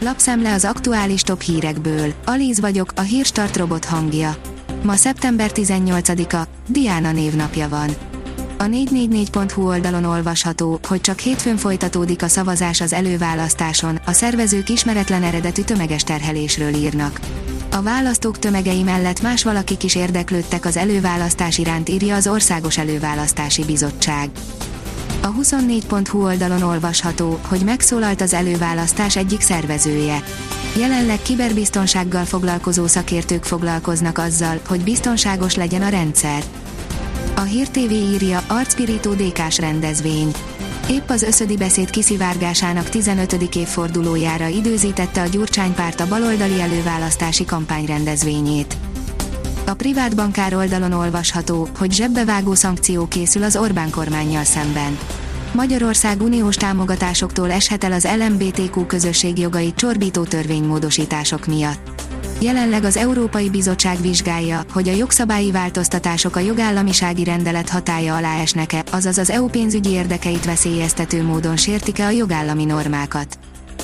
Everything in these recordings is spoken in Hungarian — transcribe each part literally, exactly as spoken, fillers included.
Lapszemle az aktuális top hírekből. Alíz vagyok, a Hírstart robot hangja. Ma szeptember tizennyolcadika, Diana névnapja van. A négy négy négy pont hu oldalon olvasható, hogy csak hétfőn folytatódik a szavazás az előválasztáson, a szervezők ismeretlen eredetű tömeges terhelésről írnak. A választók tömegei mellett más valakik is érdeklődtek az előválasztás iránt, írja az Országos Előválasztási Bizottság. A huszonnégy pont hu oldalon olvasható, hogy megszólalt az előválasztás egyik szervezője. Jelenleg kiberbiztonsággal foglalkozó szakértők foglalkoznak azzal, hogy biztonságos legyen a rendszer. A Hír té vé írja, arcpirító dé ká-s rendezvény. Épp az összödi beszéd kiszivárgásának tizenötödik évfordulójára időzítette a Gyurcsány párt a baloldali előválasztási kampányrendezvényét. A privát bankár oldalon olvasható, hogy zsebbevágó szankció készül az Orbán kormánnyal szemben. Magyarország uniós támogatásoktól eshet el az el em bé té kú közösség jogait csorbító törvénymódosítások miatt. Jelenleg az Európai Bizottság vizsgálja, hogy a jogszabályi változtatások a jogállamisági rendelet hatálya alá esnek-e, azaz az é u pénzügyi érdekeit veszélyeztető módon sértik-e a jogállami normákat.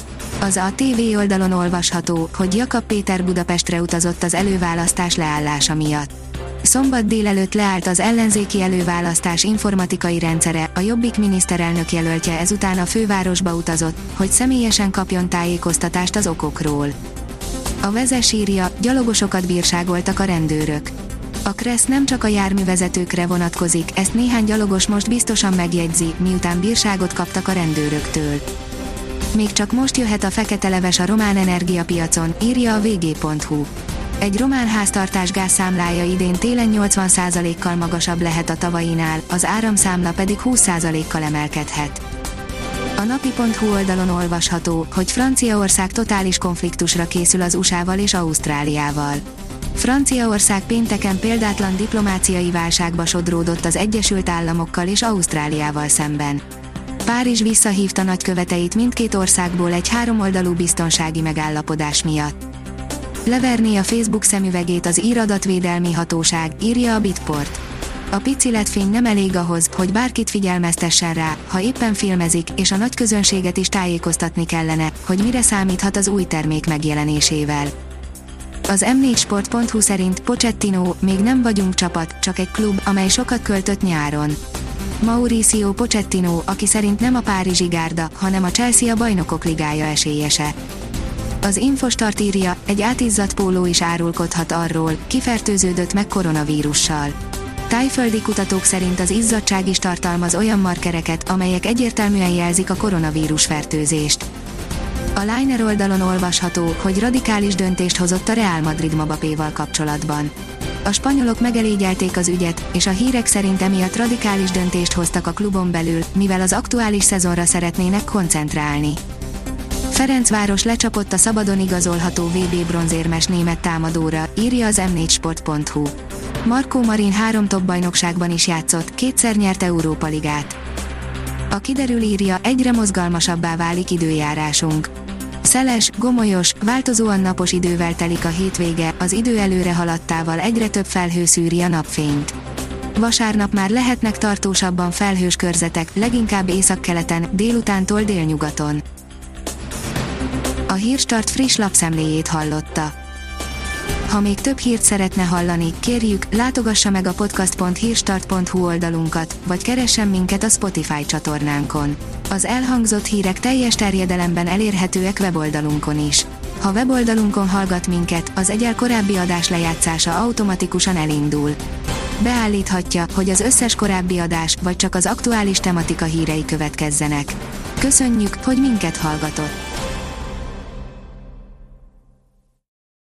Az á té vé oldalon olvasható, hogy Jakab Péter Budapestre utazott az előválasztás leállása miatt. Szombat délelőtt leállt az ellenzéki előválasztás informatikai rendszere, a Jobbik miniszterelnök jelöltje ezután a fővárosba utazott, hogy személyesen kapjon tájékoztatást az okokról. A Vezes írja, gyalogosokat bírságoltak a rendőrök. A Kressz nem csak a járművezetőkre vonatkozik, ezt néhány gyalogos most biztosan megjegyzi, miután bírságot kaptak a rendőröktől. Még csak most jöhet a fekete leves a román energiapiacon, írja a vé gé pont hu. Egy román háztartás gázszámlája idén télen nyolcvan százalékkal magasabb lehet a tavainál, az áramszámla pedig húsz százalékkal emelkedhet. A napi pont hu oldalon olvasható, hogy Franciaország totális konfliktusra készül az u es á-val és Ausztráliával. Franciaország pénteken példátlan diplomáciai válságba sodródott az Egyesült Államokkal és Ausztráliával szemben. Párizs visszahívta nagyköveteit mindkét országból egy háromoldalú biztonsági megállapodás miatt. Leverné a Facebook szemüvegét az ír adatvédelmi hatóság, írja a Bitport. A pici ledfény nem elég ahhoz, hogy bárkit figyelmeztessen rá, ha éppen filmezik, és a nagy közönséget is tájékoztatni kellene, hogy mire számíthat az új termék megjelenésével. Az em négy sport pont hu szerint Pochettino, még nem vagyunk csapat, csak egy klub, amely sokat költött nyáron. Mauricio Pochettino, aki szerint nem a párizsi gárda, hanem a Chelsea a Bajnokok Ligája esélyese. Az Infostart írja, egy átizzadt póló is árulkodhat arról, ki fertőződött meg koronavírussal. Tájföldi kutatók szerint az izzadság is tartalmaz olyan markereket, amelyek egyértelműen jelzik a koronavírus fertőzést. A Liner oldalon olvasható, hogy radikális döntést hozott a Real Madrid Mbappéval kapcsolatban. A spanyolok megelégyelték az ügyet, és a hírek szerint emiatt radikális döntést hoztak a klubon belül, mivel az aktuális szezonra szeretnének koncentrálni. Ferencváros lecsapott a szabadon igazolható vé bé bronzérmes német támadóra, írja az em négy sport pont hu. Marco Marin három top bajnokságban is játszott, kétszer nyert Európa Ligát. A Kiderül írja, egyre mozgalmasabbá válik időjárásunk. Szeles, gomolyos, változóan napos idővel telik a hétvége, az idő előre haladtával egyre több felhő szűri a napfényt. Vasárnap már lehetnek tartósabban felhős körzetek, leginkább északkeleten, délutántól délnyugaton. A Hírstart friss lapszemléjét hallotta. Ha még több hírt szeretne hallani, kérjük, látogassa meg a podcast pont hírstart pont hu oldalunkat, vagy keressen minket a Spotify csatornánkon. Az elhangzott hírek teljes terjedelemben elérhetőek weboldalunkon is. Ha weboldalunkon hallgat minket, az egyel korábbi adás lejátszása automatikusan elindul. Beállíthatja, hogy az összes korábbi adás, vagy csak az aktuális tematika hírei következzenek. Köszönjük, hogy minket hallgatott!